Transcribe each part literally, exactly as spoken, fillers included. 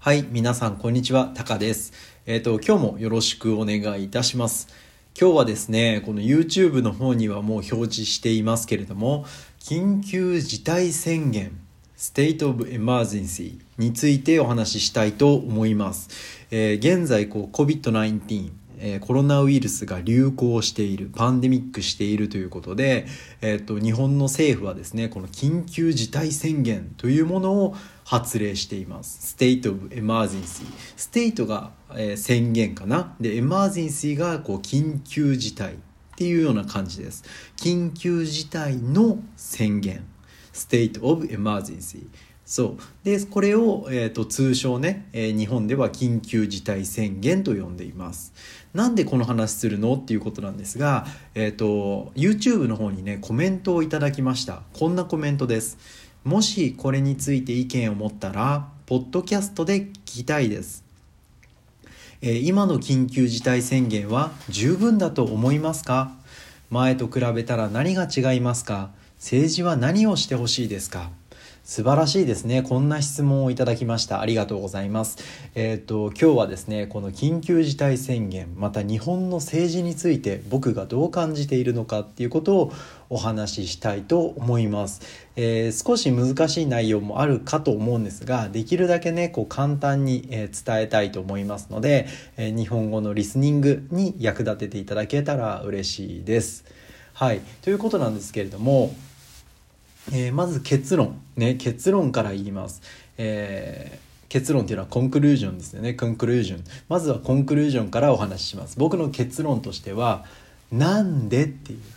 はい、皆さんこんにちは、タカです。えっと、今日もよろしくお願いいたします。今日はですね、この YouTube の方にはもう表示していますけれども、緊急事態宣言、State of Emergency についてお話ししたいと思います。えー、現在こう コビッドナインティーン、えー、コロナウイルスが流行している、パンデミックしているということで、えーと、日本の政府はですね、この緊急事態宣言というものを発令しています。 State of Emergency、 State が、えー、宣言かな、で Emergency がこう緊急事態っていうような感じです。緊急事態の宣言、 State of Emergency。 そうで、これを、えーと、通称ね、えー、日本では緊急事態宣言と呼んでいます。なんでこの話するのっていうことなんですが、えーと、YouTube の方にねコメントをいただきました。こんなコメントです。もしこれについて意見を持ったらポッドキャストで聞きたいです。えー、今の緊急事態宣言は十分だと思いますか？前と比べたら何が違いますか？政治は何をしてほしいですか？素晴らしいですね。こんな質問をいただきました。ありがとうございます。えっと、今日はですね、この緊急事態宣言、また日本の政治について僕がどう感じているのかっていうことをお話ししたいと思います。えー、少し難しい内容もあるかと思うんですが、できるだけね、こう簡単に、えー、伝えたいと思いますので、えー、日本語のリスニングに役立てていただけたら嬉しいです。はい。ということなんですけれども、えー、まず結論、ね、結論から言います。えー、結論っていうのはコンクルージョンですよね。コンクルージョン。まずはコンクルージョンからお話しします。僕の結論としては、なんでっていう、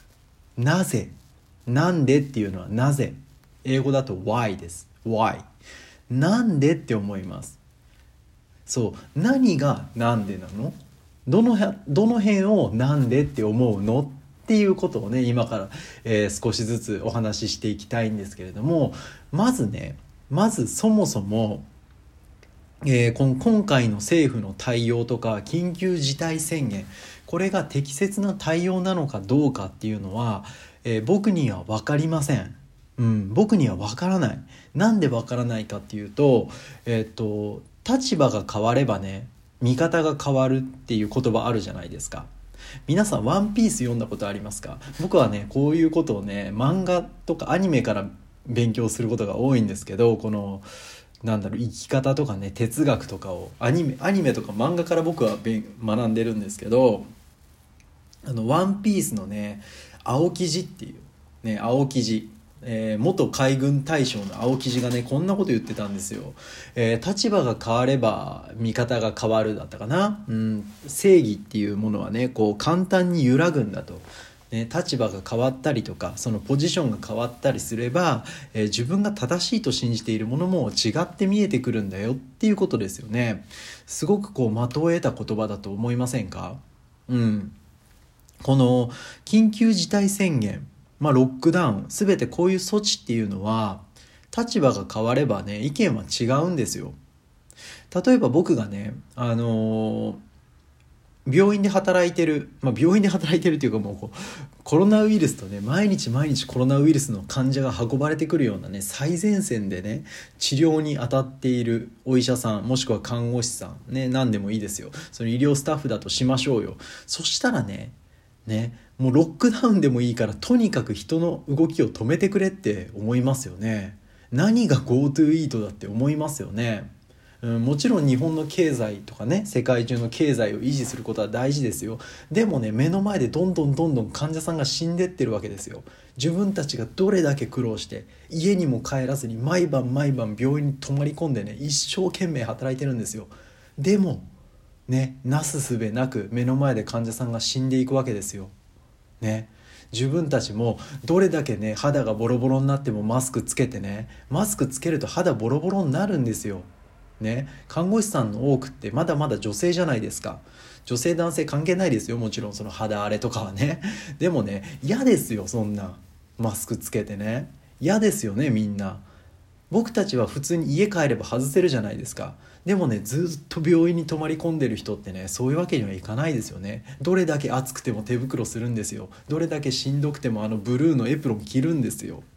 なぜ、なんでっていうのはなぜ。英語だと why です。why。なんでって思います。そう、何がなんでなの？どのへどの辺をなんでって思うのっていうことをね、今から、えー、少しずつお話ししていきたいんですけれども、まずね、まずそもそも、えー、この今回の政府の対応とか緊急事態宣言、これが適切な対応なのかどうかっていうのは、えー、僕には分かりません。うん、僕には分からない。なんで分からないかっていうと、えー、っと立場が変わればね、見方が変わるっていう言葉あるじゃないですか。皆さんワンピース読んだことありますか？僕はね、こういうことをね、漫画とかアニメから勉強することが多いんですけど、このなんだろう、生き方とかね、哲学とかをアニメアニメとか漫画から僕は学んでるんですけど、あのワンピースのね、青生地っていうね、青生地、えー、元海軍大将の青生地がね、こんなこと言ってたんですよ。えー、立場が変われば見方が変わるだったかな、うん、正義っていうものはね、こう簡単に揺らぐんだと、ね、立場が変わったりとか、そのポジションが変わったりすれば、えー、自分が正しいと信じているものも違って見えてくるんだよっていうことですよね。すごくこう的を得た言葉だと思いませんか？うん。この緊急事態宣言、まあ、ロックダウン、すべてこういう措置っていうのは、立場が変わればね、意見は違うんですよ。例えば僕がね、あのー、病院で働いてる、まあ、病院で働いてるっていうか、もうこうコロナウイルスとね、毎日毎日コロナウイルスの患者が運ばれてくるようなね、最前線でね、治療に当たっているお医者さん、もしくは看護師さんね、何でもいいですよ。その医療スタッフだとしましょうよ。そしたらね、ね、もうロックダウンでもいいから、とにかく人の動きを止めてくれって思いますよね。何が GoTo イートだって思いますよね。うん、もちろん日本の経済とかね、世界中の経済を維持することは大事ですよ。でもね、目の前でどんどんどんどん患者さんが死んでってるわけですよ。自分たちがどれだけ苦労して家にも帰らずに毎晩毎晩病院に泊まり込んでね、一生懸命働いてるんですよ。でもね、なすすべなく目の前で患者さんが死んでいくわけですよ。ね、自分たちもどれだけね、肌がボロボロになってもマスクつけてね、マスクつけると肌ボロボロになるんですよ。ね、看護師さんの多くってまだまだ女性じゃないですか。女性男性関係ないですよ、もちろんその肌荒れとかはね。でもね、嫌ですよ、そんなマスクつけてね。嫌ですよね、みんな。僕たちは普通に家帰れば外せるじゃないですか。でもね、ずっと病院に泊まり込んでる人ってね、そういうわけにはいかないですよね。どれだけ暑くても手袋するんですよ。どれだけしんどくてもあのブルーのエプロン着るんですよ。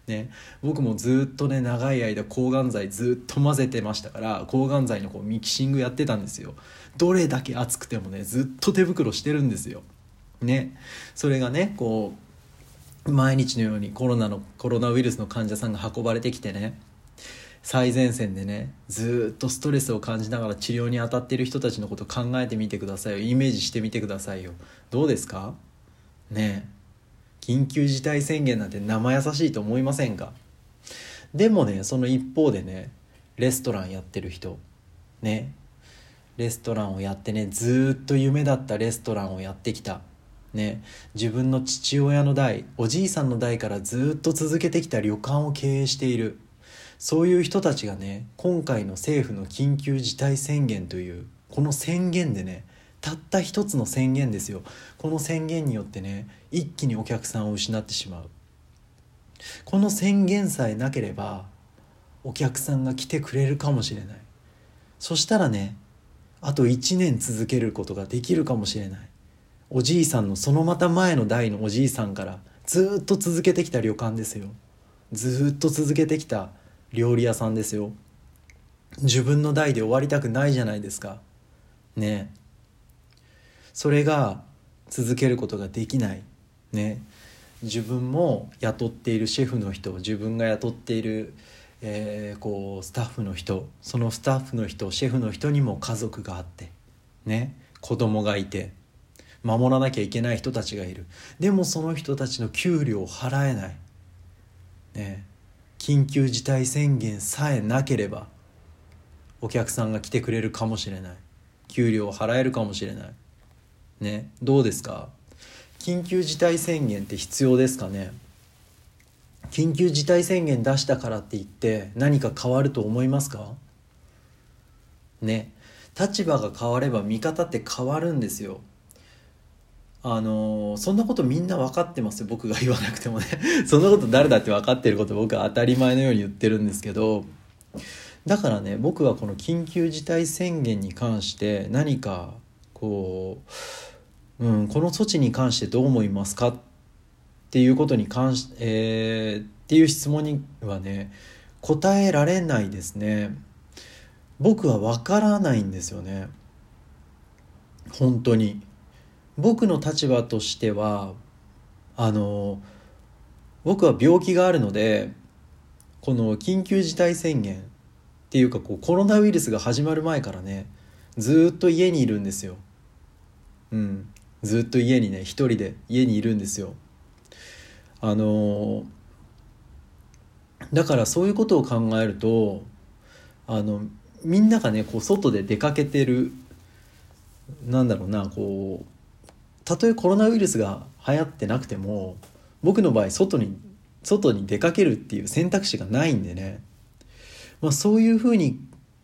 ね、僕もずっとね長い間抗がん剤ずっと混ぜてましたから、抗がん剤のこうミキシングやってたんですよ。どれだけ暑くてもねずっと手袋してるんですよね。それがねこう毎日のようにコロナのコロナウイルスの患者さんが運ばれてきてね、最前線でねずっとストレスを感じながら治療に当たっている人たちのことを考えてみてくださいよ。イメージしてみてくださいよ。どうですかね。緊急事態宣言なんて生優しいと思いませんか？でもねその一方でね、レストランやってる人ね、レストランをやってね、ずっと夢だったレストランをやってきたね、自分の父親の代、おじいさんの代からずっと続けてきた旅館を経営している、そういう人たちがね、今回の政府の緊急事態宣言というこの宣言でね、たった一つの宣言ですよ。この宣言によってね一気にお客さんを失ってしまう。この宣言さえなければお客さんが来てくれるかもしれない。そしたらねあといちねん続けることができるかもしれない。おじいさんのそのまた前の代のおじいさんからずっと続けてきた旅館ですよ。ずっと続けてきた料理屋さんですよ。自分の代で終わりたくないじゃないですかね。それが続けることができないね。自分も雇っているシェフの人、自分が雇っている、えー、こうスタッフの人、そのスタッフの人、シェフの人にも家族があってね、子供がいて守らなきゃいけない人たちがいる。でもその人たちの給料を払えないね。緊急事態宣言さえなければお客さんが来てくれるかもしれない。給料を払えるかもしれないね。どうですか？緊急事態宣言って必要ですかね？緊急事態宣言出したからって言って何か変わると思いますかね。立場が変われば見方って変わるんですよ。あのー、そんなことみんな分かってますよ。僕が言わなくてもねそんなこと誰だって分かってること僕は当たり前のように言ってるんですけど、だからね僕はこの緊急事態宣言に関して何かこう、うん、この措置に関してどう思いますかっていうことに関し、えー、っていう質問にはね答えられないですね。僕は分からないんですよね。本当に僕の立場としてはあの僕は病気があるので、この緊急事態宣言っていうかこうコロナウイルスが始まる前からねずっと家にいるんですよ。うん、ずっと家にね一人で家にいるんですよ。あのだからそういうことを考えるとあのみんながねこう外で出かけてる、なんだろうな、こうたとえコロナウイルスが流行ってなくても僕の場合外に外に出かけるっていう選択肢がないんでね、まあ、そういうふうに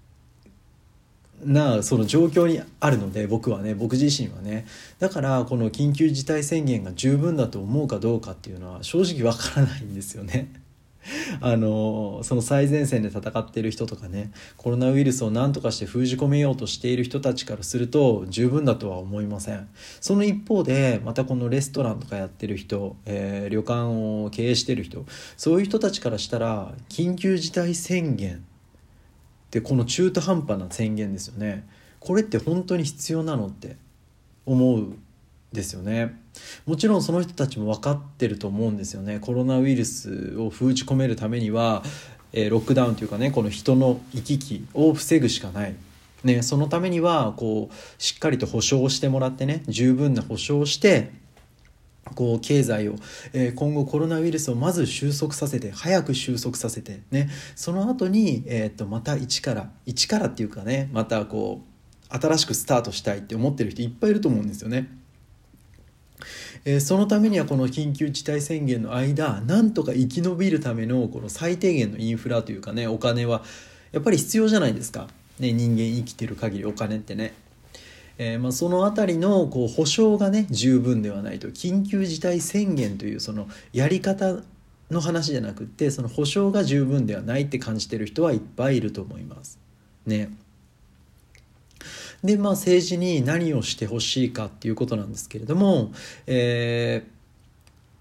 なその状況にあるので僕はね僕自身はね、だからこの緊急事態宣言が十分だと思うかどうかっていうのは正直わからないんですよねあのその最前線で戦っている人とかね、コロナウイルスを何とかして封じ込めようとしている人たちからすると十分だとは思いません。その一方でまたこのレストランとかやってる人、えー、旅館を経営してる人、そういう人たちからしたら緊急事態宣言でこの中途半端な宣言ですよね。これって本当に必要なのって思うですよね。もちろんその人たちも分かってると思うんですよね。コロナウイルスを封じ込めるためには、えー、ロックダウンというかねこの人の行き来を防ぐしかない、ね、そのためにはこうしっかりと保証してもらってね、十分な保証をしてこう経済を、えー、今後コロナウイルスをまず収束させて早く収束させてね、その後に、えー、とまた一から一からっていうかねまたこう新しくスタートしたいって思ってる人いっぱいいると思うんですよね。えー、そのためにはこの緊急事態宣言の間なんとか生き延びるためのこの最低限のインフラというかねお金はやっぱり必要じゃないですか、ね、人間生きてる限りお金ってね、えーまあ、そのあたりのこう保証がね十分ではないと、緊急事態宣言というそのやり方の話じゃなくってその保証が十分ではないって感じてる人はいっぱいいると思いますね。でまあ政治に何をしてほしいかっていうことなんですけれども、え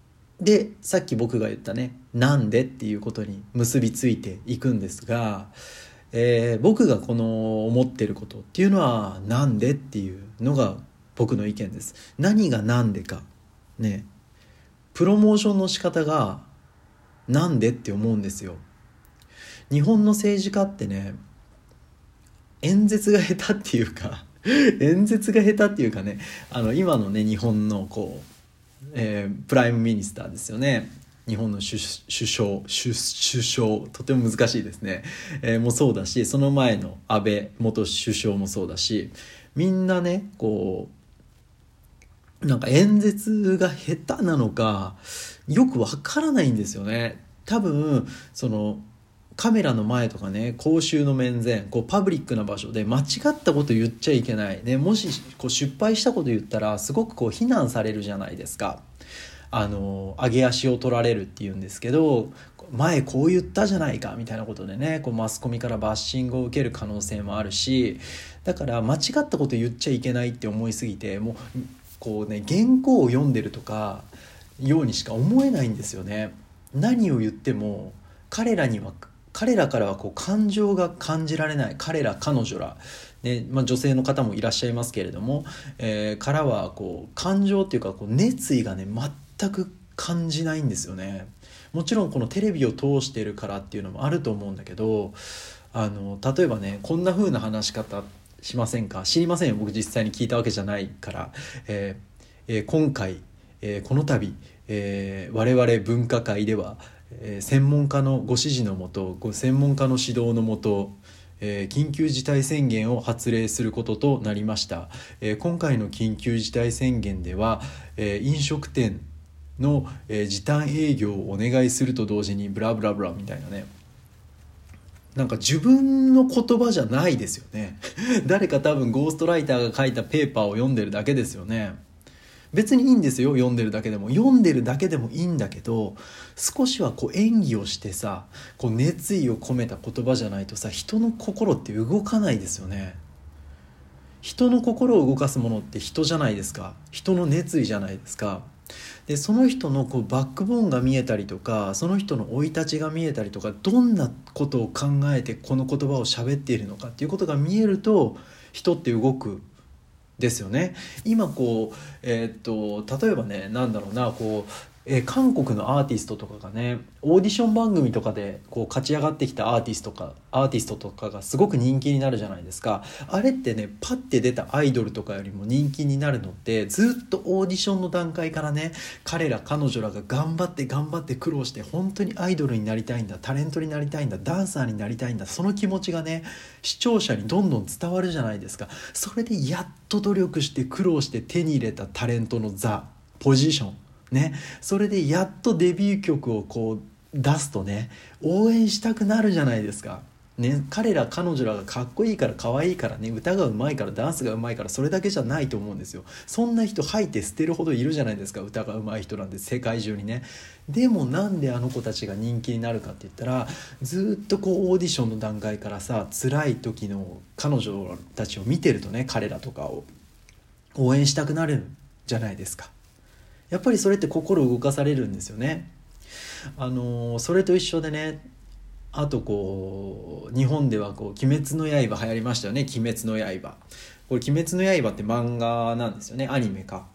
でさっき僕が言ったねなんでっていうことに結びついていくんですが、えー、僕がこの思ってることっていうのはなんでっていうのが僕の意見です。何がなんでかね、プロモーションの仕方がなんでって思うんですよ。日本の政治家ってね、演説が下手っていうか演説が下手っていうかね、あの今のね日本のこう、えー、プライムミニスターですよね。日本の首相首首相とても難しいですね、えー、もそうだし、その前の安倍元首相もそうだし、みんなねこうなんか演説が下手なのかよくわからないんですよね。多分そのカメラの前とかね、公衆の面前、こうパブリックな場所で間違ったこと言っちゃいけない、ね、もしこう失敗したこと言ったらすごくこう非難されるじゃないですか。あの上げ足を取られるっていうんですけど、前こう言ったじゃないかみたいなことでね、こうマスコミからバッシングを受ける可能性もあるし、だから間違ったこと言っちゃいけないって思いすぎて、もうこうね原稿を読んでるとかようにしか思えないんですよね。何を言っても彼らには彼らからはこう感情が感じられない。彼ら彼女ら、ねまあ、女性の方もいらっしゃいますけれども、えー、からはこう感情っていうかこう熱意がね全く感じないんですよね。もちろんこのテレビを通してるからっていうのもあると思うんだけど、あの例えばねこんな風な話し方しませんか。知りませんよ、僕実際に聞いたわけじゃないから、えーえー、今回、えー、この度、えー、我々分科会ではえー、専門家のご指示のもと、ご専門家の指導のもと、えー、緊急事態宣言を発令することとなりました。えー、今回の緊急事態宣言では、えー、飲食店の、えー、時短営業をお願いすると同時にブラブラブラみたいなね、なんか自分の言葉じゃないですよね誰か多分ゴーストライターが書いたペーパーを読んでるだけですよね。別にいいんですよ、読んでるだけでも読んでるだけでもいいんだけど、少しはこう演技をしてさ、こう熱意を込めた言葉じゃないとさ、人の心って動かないですよね。人の心を動かすものって人じゃないですか。人の熱意じゃないですか。でその人のこうバックボーンが見えたりとか、その人の生い立ちが見えたりとか、どんなことを考えてこの言葉を喋っているのかっていうことが見えると、人って動くですよね。今こう、えー、っと例えばね、なんだろうな、こう、えー、韓国のアーティストとかがね、オーディション番組とかでこう勝ち上がってきたアーティストとかアーティストとかがすごく人気になるじゃないですか。あれってね、パッて出たアイドルとかよりも人気になるのって、ずっとオーディションの段階からね、彼ら彼女らが頑張って頑張って苦労して、本当にアイドルになりたいんだ、タレントになりたいんだ、ダンサーになりたいんだ、その気持ちがね、視聴者にどんどん伝わるじゃないですか。それでやっと努力して苦労して手に入れたタレントの座ポジションね、それでやっとデビュー曲をこう出すとね、応援したくなるじゃないですか。ね、彼ら彼女らがかっこいいから可愛いからね、歌がうまいからダンスがうまいから、それだけじゃないと思うんですよ。そんな人吐いて捨てるほどいるじゃないですか、歌がうまい人なんて世界中にね。でもなんであの子たちが人気になるかって言ったら、ずっとこうオーディションの段階からさ、辛い時の彼女たちを見てるとね、彼らとかを応援したくなるじゃないですか。やっぱりそれって心動かされるんですよね。あのそれと一緒でね、あとこう日本ではこう鬼滅の刃流行りましたよね。鬼滅の刃、これ鬼滅の刃って漫画なんですよね、アニメか。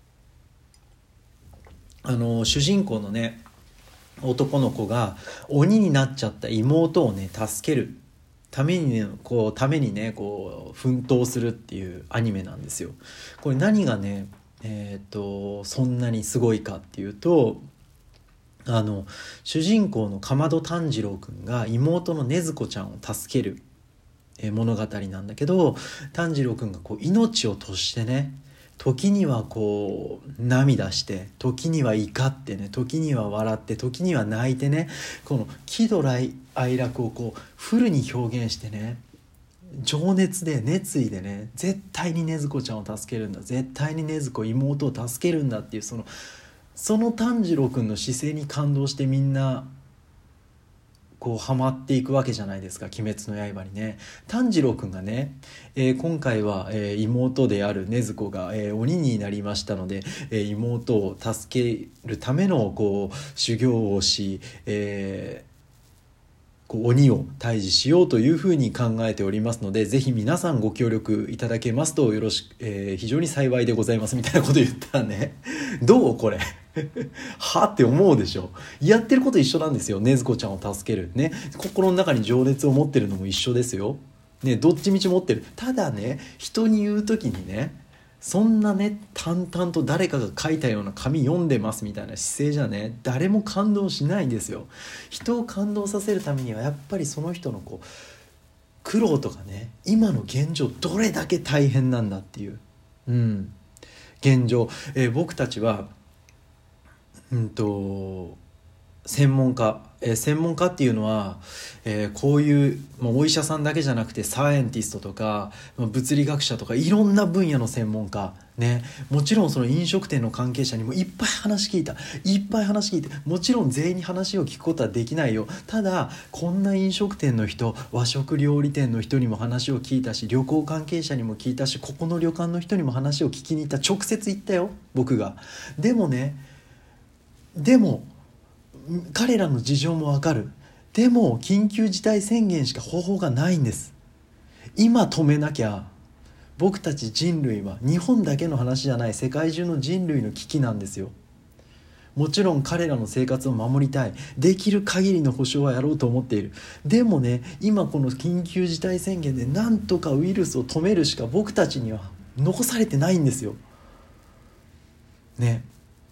あの主人公のね男の子が鬼になっちゃった妹をね助けるためにね、こうためにねこう奮闘するっていうアニメなんですよ。これ何がねえー、とそんなにすごいかっていうと、あの主人公の竈門炭治郎くんが妹の禰豆子ちゃんを助ける物語なんだけど、炭治郎くんがこう命を賭してね、時にはこう涙して、時には怒ってね、時には笑って、時には泣いてね、この喜怒哀楽をこうフルに表現してね、情熱で熱意でね、絶対に禰豆子ちゃんを助けるんだ、絶対に禰豆子妹を助けるんだっていう、そのその炭治郎くんの姿勢に感動して、みんなこうハマっていくわけじゃないですか、鬼滅の刃にね。炭治郎くんがね、えー、今回は、えー、妹である禰豆子が、えー、鬼になりましたので、えー、妹を助けるためのこう修行をし、えーこう鬼を退治しようというふうに考えておりますので、ぜひ皆さんご協力いただけますとよろしく、えー、非常に幸いでございますみたいなこと言ったらねどうこれはって思うでしょ。やってること一緒なんですよ。禰豆子ちゃんを助けるね、心の中に情熱を持ってるのも一緒ですよ、ね、どっちみち持ってる。ただね、人に言う時にね、そんなね淡々と誰かが書いたような紙読んでますみたいな姿勢じゃね、誰も感動しないんですよ。人を感動させるためにはやっぱりその人のこう苦労とかね、今の現状どれだけ大変なんだっていう、うん、現状、えー、僕たちはうんと専門家、えー、専門家っていうのは、えー、こういう、まあ、お医者さんだけじゃなくてサイエンティストとか、まあ、物理学者とかいろんな分野の専門家ね、もちろんその飲食店の関係者にもいっぱい話聞いたいっぱい話聞いて、もちろん全員に話を聞くことはできないよ。ただこんな飲食店の人、和食料理店の人にも話を聞いたし、旅行関係者にも聞いたし、ここの旅館の人にも話を聞きに行った。直接行ったよ僕が。でもねでも彼らの事情もわかる。でも緊急事態宣言しか方法がないんです。今止めなきゃ僕たち人類は、日本だけの話じゃない、世界中の人類の危機なんですよ。もちろん彼らの生活を守りたい、できる限りの保障はやろうと思っている。でもね、今この緊急事態宣言でなんとかウイルスを止めるしか僕たちには残されてないんですよね。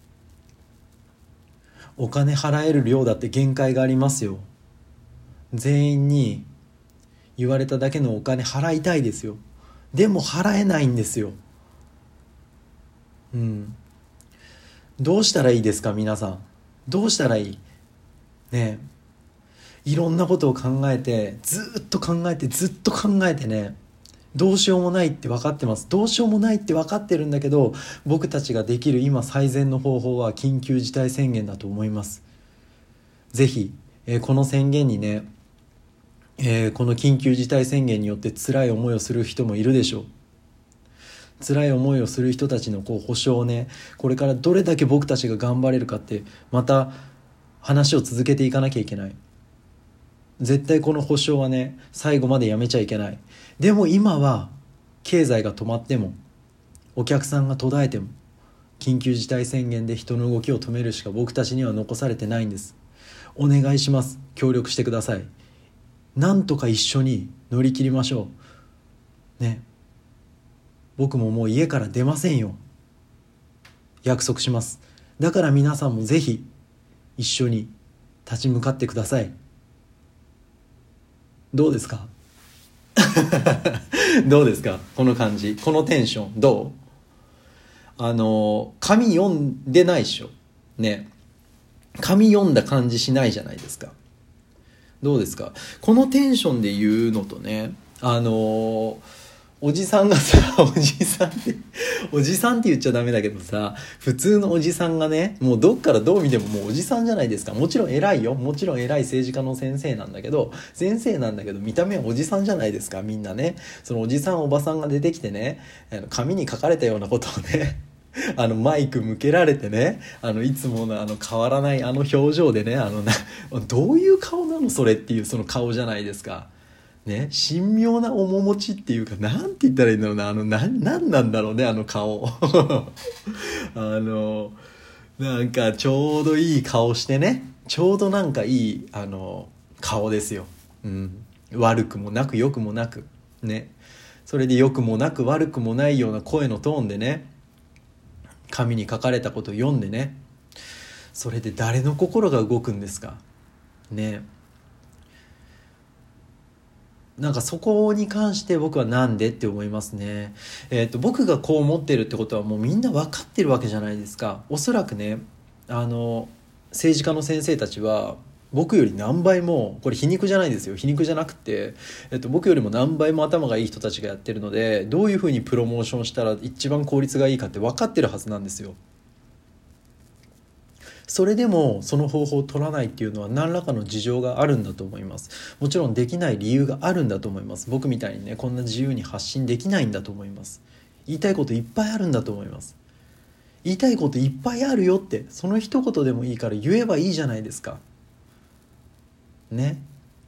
お金払える量だって限界がありますよ。全員に言われただけのお金払いたいですよ。でも払えないんですよ。うん。どうしたらいいですか皆さん。どうしたらいいね。いろんなことを考えて、ずっと考えてずっと考えてね、どうしようもないって分かってます。どうしようもないって分かってるんだけど、僕たちができる今最善の方法は緊急事態宣言だと思います。ぜひ、えー、この宣言にね、えー、この緊急事態宣言によって辛い思いをする人もいるでしょう。辛い思いをする人たちのこう保障をね、これからどれだけ僕たちが頑張れるかって、また話を続けていかなきゃいけない。絶対この保障はね、最後までやめちゃいけない。でも今は経済が止まっても、お客さんが途絶えても、緊急事態宣言で人の動きを止めるしか僕たちには残されてないんです。お願いします。協力してください。なんとか一緒に乗り切りましょうね。僕ももう家から出ませんよ。約束します。だから皆さんもぜひ一緒に立ち向かってください。どうですかどうですかこの感じ、このテンションどう？あの紙読んでないっしょね。紙読んだ感じしないじゃないですか。どうですかこのテンションで言うのとね、あのおじさんがさ、おじさんっておじさんって言っちゃダメだけどさ、普通のおじさんがね、もうどっからどう見てももうおじさんじゃないですか。もちろん偉いよ、もちろん偉い政治家の先生なんだけど先生なんだけど見た目はおじさんじゃないですか。みんなね、そのおじさんおばさんが出てきてね、あの紙に書かれたようなことをねあのマイク向けられてね、あのいつものあの変わらないあの表情でね、あのなどういう顔なのそれっていう、その顔じゃないですかね。神妙な面持ちっていうか、なんて言ったらいいんだろうな、あのな、なんなんだろうねあの顔あのなんかちょうどいい顔してね、ちょうどなんかいいあの顔ですよ、うん、悪くもなく良くもなくね。それで良くもなく悪くもないような声のトーンでね、紙に書かれたことを読んでね、それで誰の心が動くんですかね。なんかそこに関して僕はなんでって思いますね。えーと、僕がこう思ってるってことはもうみんな分かってるわけじゃないですか。おそらくね、あの政治家の先生たちは僕より何倍も、これ皮肉じゃないですよ、皮肉じゃなくて、えっと、僕よりも何倍も頭がいい人たちがやってるので、どういうふうにプロモーションしたら一番効率がいいかって分かってるはずなんですよ。 それでもその方法を取らないっていうのは何らかの事情があるんだと思います。もちろんできない理由があるんだと思います。僕みたいにねこんな自由に発信できないんだと思います。言いたいこといっぱいあるんだと思います。言いたいこといっぱいあるよってその一言でもいいから言えばいいじゃないですかね。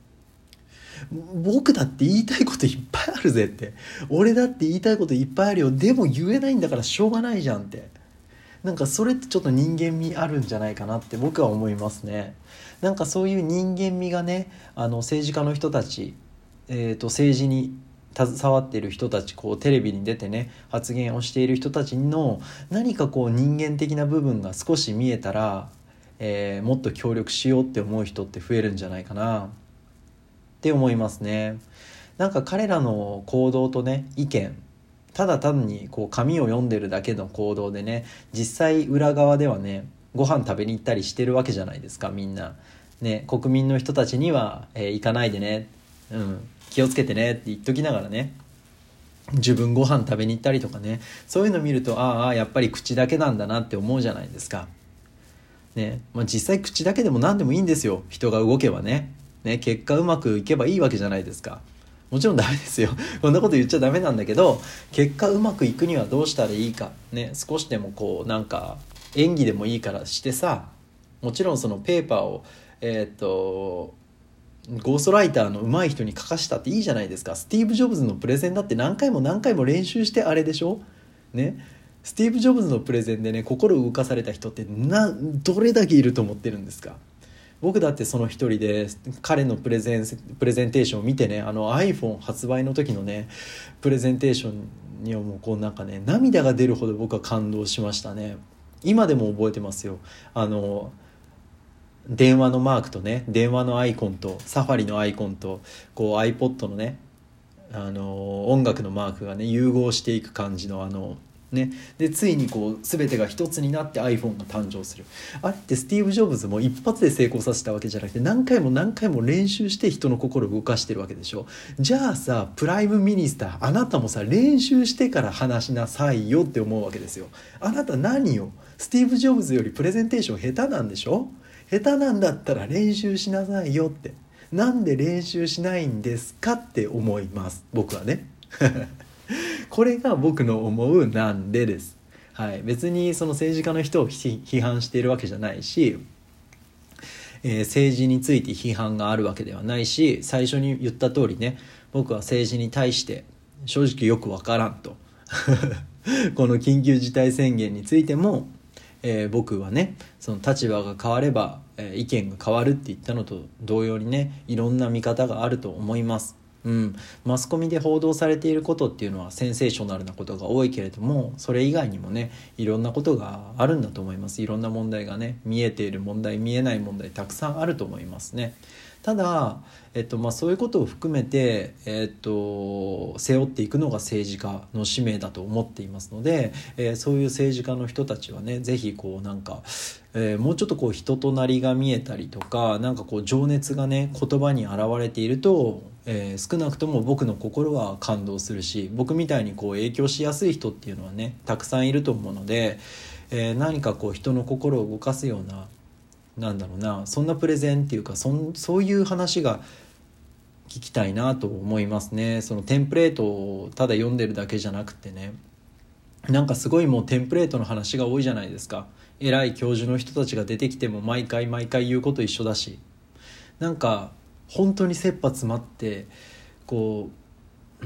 僕だって言いたいこといっぱいあるぜって、俺だって言いたいこといっぱいあるよ、でも言えないんだからしょうがないじゃんって、なんかそれってちょっと人間味あるんじゃないかなって僕は思いますね。なんかそういう人間味がね、あの政治家の人たち、えーと政治に携わっている人たち、こうテレビに出てね発言をしている人たちの何かこう人間的な部分が少し見えたら、えーもっと協力しようって思う人って増えるんじゃないかなって思いますね。なんか彼らの行動とね意見、ただ単にこう紙を読んでるだけの行動でね、実際裏側ではねご飯食べに行ったりしてるわけじゃないですか。みんなね、国民の人たちには、えー行かないでね、うん、気をつけてねって言っときながらね、自分ご飯食べに行ったりとかね、そういうの見るとああやっぱり口だけなんだなって思うじゃないですかね。まあ、実際口だけでも何でもいいんですよ。人が動けばねね、結果うまくいけばいいわけじゃないですか。もちろんダメですよこんなこと言っちゃダメなんだけど、結果うまくいくにはどうしたらいいかね、少しでもこうなんか演技でもいいからしてさ、もちろんそのペーパーをえーっとゴーストライターの上手い人に書かしたっていいじゃないですか。スティーブ・ジョブズのプレゼンだって何回も何回も練習してあれでしょね。スティーブ・ジョブズのプレゼンでね心動かされた人ってなどれだけいると思ってるんですか。僕だってその一人で彼のプレゼンプレゼンテーションを見てね、あの iPhone 発売の時のねプレゼンテーションにはもうこうなんかね涙が出るほど僕は感動しましたね。今でも覚えてますよ。あの電話のマークとね、電話のアイコンとサファリのアイコンとこう iPod のね、あの音楽のマークがね融合していく感じのあのね、でついにこう全てが一つになって iPhone が誕生する。あれってスティーブ・ジョブズも一発で成功させたわけじゃなくて、何回も何回も練習して人の心を動かしてるわけでしょ。じゃあさプライムミニスター、あなたもさ練習してから話しなさいよって思うわけですよ。あなた何よ、スティーブ・ジョブズよりプレゼンテーション下手なんでしょ。下手なんだったら練習しなさいよって、なんで練習しないんですかって思います僕はねこれが僕の思うなんでです。はい、別にその政治家の人を批判しているわけじゃないし、えー政治について批判があるわけではないし、最初に言った通りね、僕は政治に対して正直よくわからんとこの緊急事態宣言についても、えー僕はねその立場が変われば、えー意見が変わるって言ったのと同様にね、いろんな見方があると思います。うん、マスコミで報道されていることっていうのはセンセーショナルなことが多いけれども、それ以外にもねいろんなことがあるんだと思います。いろんな問題がね、見えている問題見えない問題たくさんあると思いますね。ただ、えっとまあ、そういうことを含めて、えっと、背負っていくのが政治家の使命だと思っていますので、えーそういう政治家の人たちはねぜひこうなんか、えーもうちょっとこう人となりが見えたりとか、なんかこう情熱がね言葉に表れていると、えー少なくとも僕の心は感動するし、僕みたいにこう影響しやすい人っていうのはねたくさんいると思うので、えー何かこう人の心を動かすような、なんだろうな、そんなプレゼンっていうか、そんそういう話が聞きたいなと思いますね。そのテンプレートをただ読んでるだけじゃなくてね、なんかすごいもうテンプレートの話が多いじゃないですか。偉い教授の人たちが出てきても毎回毎回言うこと一緒だし、なんか本当に切羽詰まってこう、うん、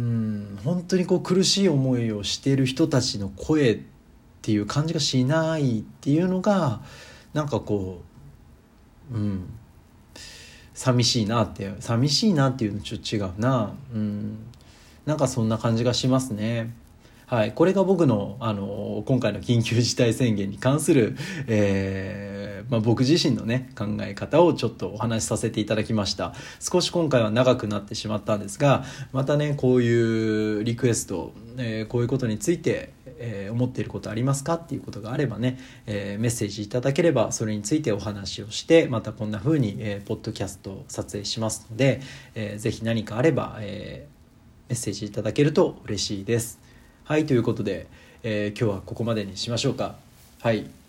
本当にこう苦しい思いをしている人たちの声っていう感じがしないっていうのが、なんかこう、うん寂しいなって寂しいなっていうのちょっと違うな、うん、なんかそんな感じがしますね。はい、これが僕の、あの今回の緊急事態宣言に関する、えーまあ、僕自身のね考え方をちょっとお話しさせていただきました。少し今回は長くなってしまったんですが、またねこういうリクエスト、えーこういうことについて、えー思っていることありますかっていうことがあればね、えーメッセージいただければそれについてお話をして、またこんな風に、えーポッドキャストを撮影しますので、えーぜひ何かあれば、えーメッセージいただけると嬉しいです。はい、ということで、えー今日はここまでにしましょうか。はい、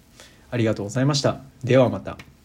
ありがとうございました。ではまた。